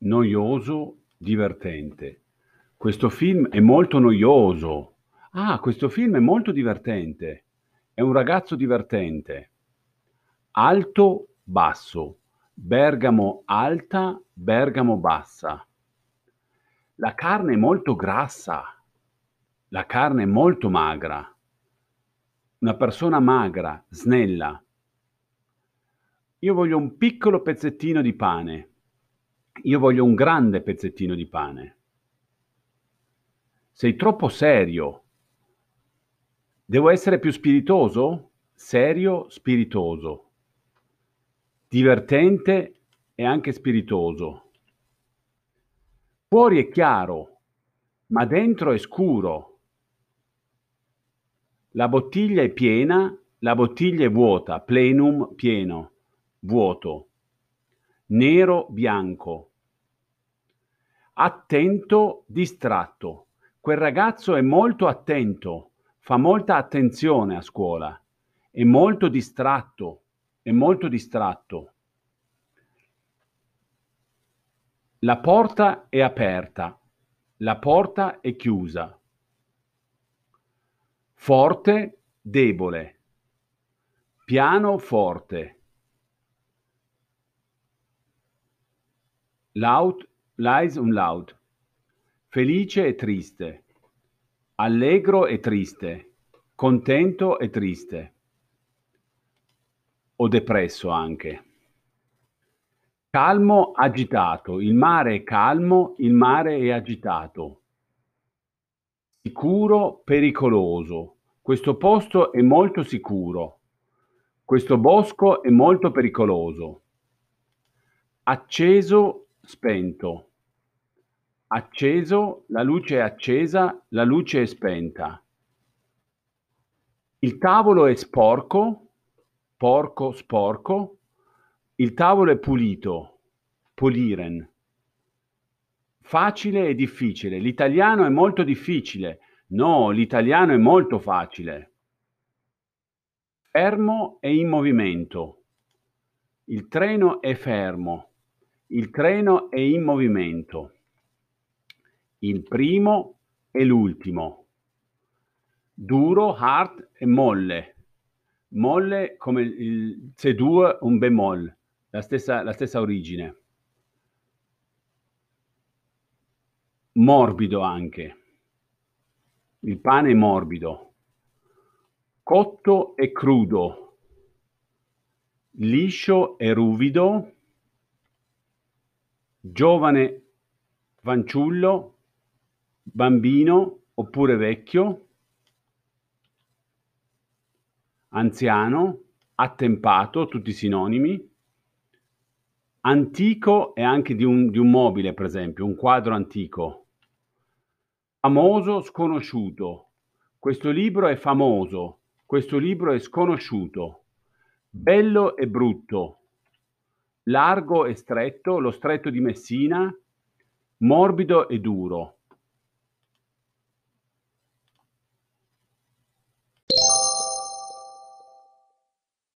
noioso, divertente. Questo film è molto noioso. Ah, questo film è molto divertente. È un ragazzo divertente. Alto, basso. Bergamo alta, Bergamo bassa. La carne è molto grassa. La carne è molto magra. Una persona magra, snella. Io voglio un piccolo pezzettino di pane. Io voglio un grande pezzettino di pane. Sei troppo serio. Devo essere più spiritoso? Serio, spiritoso. Divertente e anche spiritoso. Fuori è chiaro, ma dentro è scuro. La bottiglia è piena, la bottiglia è vuota, plenum, pieno, vuoto. Nero, bianco. Attento, distratto. Quel ragazzo è molto attento, fa molta attenzione a scuola. È molto distratto, è molto distratto. La porta è aperta, la porta è chiusa. Forte, debole. Piano, forte. Laut, leis und laut. Felice e triste. Allegro e triste. Contento e triste. O depresso anche. Calmo, agitato. Il mare è calmo, il mare è agitato. Sicuro, pericoloso. Questo posto è molto sicuro. Questo bosco è molto pericoloso. Acceso, spento. Acceso, la luce è accesa, la luce è spenta. Il tavolo è sporco, porco, sporco. Il tavolo è pulito, puliren. Facile e difficile. L'italiano è molto difficile. No, l'italiano è molto facile. Fermo e in movimento. Il treno è fermo. Il treno è in movimento. Il primo e l'ultimo. Duro, hard e molle. Molle come il C2 un bemoll, la stessa origine. Morbido anche. Il pane è morbido. Cotto e crudo. Liscio e ruvido. Giovane, fanciullo, bambino oppure vecchio. Anziano, attempato, tutti sinonimi. Antico è anche di un mobile, per esempio, un quadro antico. Famoso, sconosciuto. Questo libro è famoso, questo libro è sconosciuto. Bello e brutto. Largo e stretto, lo stretto di Messina. Morbido e duro.